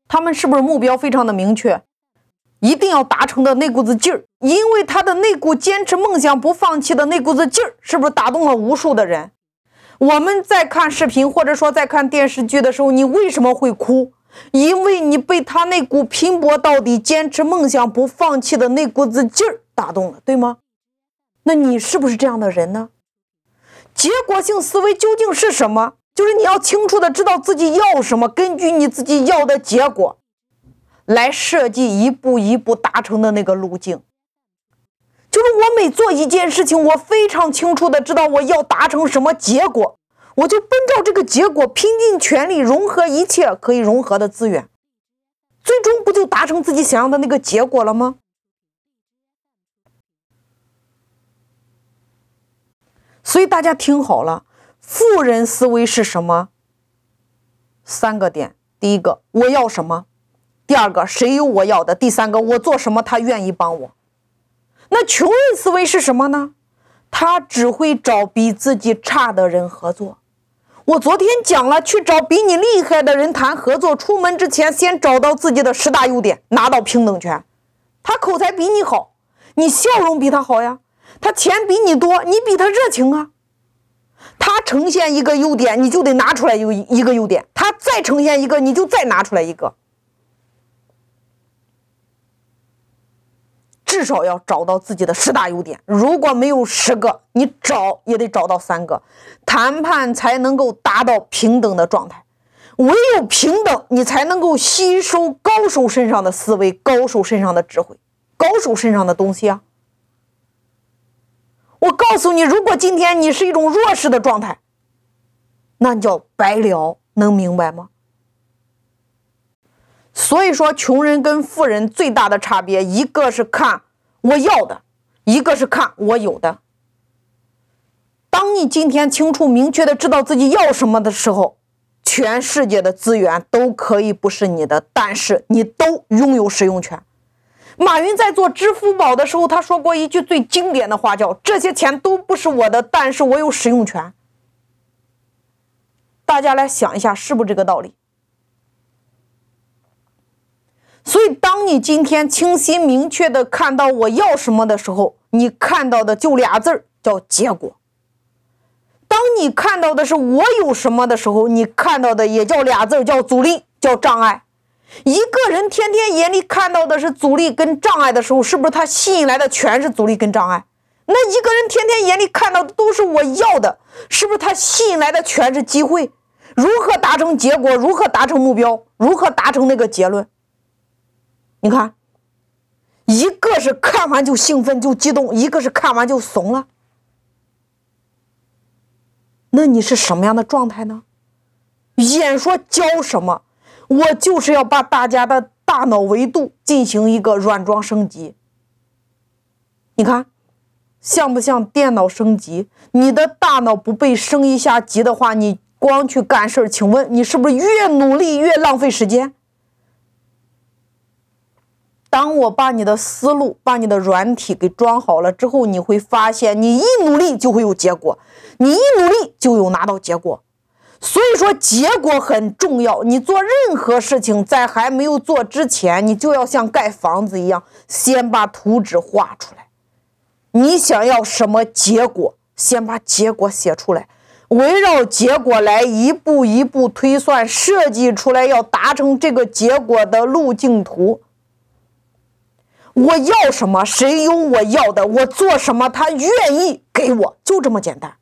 他们是不是目标非常的明确，一定要达成的那股子劲儿？因为他的那股坚持梦想不放弃的那股子劲儿，是不是打动了无数的人？我们在看视频或者说在看电视剧的时候，你为什么会哭？因为你被他那股拼搏到底、坚持梦想不放弃的那股子劲儿打动了，对吗？那你是不是这样的人呢？结果性思维究竟是什么？就是你要清楚的知道自己要什么，根据你自己要的结果来设计一步一步达成的那个路径。就是我每做一件事情，我非常清楚的知道我要达成什么结果，我就奔照这个结果拼尽全力，融合一切可以融合的资源，最终不就达成自己想要的那个结果了吗？所以大家听好了，富人思维是什么？3个点。第一个，我要什么；第二个，谁有我要的；第三个，我做什么他愿意帮我。那穷人思维是什么呢？他只会找比自己差的人合作。我昨天讲了，去找比你厉害的人谈合作，出门之前先找到自己的10大优点，拿到平等权。他口才比你好，你笑容比他好呀；他钱比你多，你比他热情啊。他呈现一个优点，你就得拿出来一个优点；他再呈现一个，你就再拿出来一个。至少要找到自己的10大优点，如果没有10个，你找也得找到3个，谈判才能够达到平等的状态。唯有平等，你才能够吸收高手身上的思维、高手身上的智慧、高手身上的东西啊。我告诉你，如果今天你是一种弱势的状态，那你叫白聊，能明白吗？所以说，穷人跟富人最大的差别，一个是看我要的，一个是看我有的。当你今天清楚明确的知道自己要什么的时候，全世界的资源都可以不是你的，但是你都拥有使用权。马云在做支付宝的时候，他说过一句最经典的话，叫这些钱都不是我的，但是我有使用权。大家来想一下，是不是这个道理？所以当你今天清晰明确的看到我要什么的时候，你看到的就俩字儿，叫结果。当你看到的是我有什么的时候，你看到的也叫俩字儿，叫阻力，叫障碍。一个人天天眼里看到的是阻力跟障碍的时候，是不是他吸引来的全是阻力跟障碍？那一个人天天眼里看到的都是我要的，是不是他吸引来的全是机会？如何达成结果？如何达成目标？如何达成那个结论？你看，一个是看完就兴奋就激动，一个是看完就怂了。那你是什么样的状态呢？演说教什么？我就是要把大家的大脑维度进行一个软装升级。你看，像不像电脑升级？你的大脑不被升一下级的话，你光去干事儿，请问你是不是越努力越浪费时间？当我把你的思路、把你的软体给装好了之后，你会发现你一努力就会有结果，你一努力就有拿到结果。所以说结果很重要，你做任何事情在还没有做之前，你就要像盖房子一样，先把图纸画出来。你想要什么结果，先把结果写出来，围绕结果来一步一步推算，设计出来要达成这个结果的路径图。我要什么，谁有我要的，我做什么他愿意给我，就这么简单。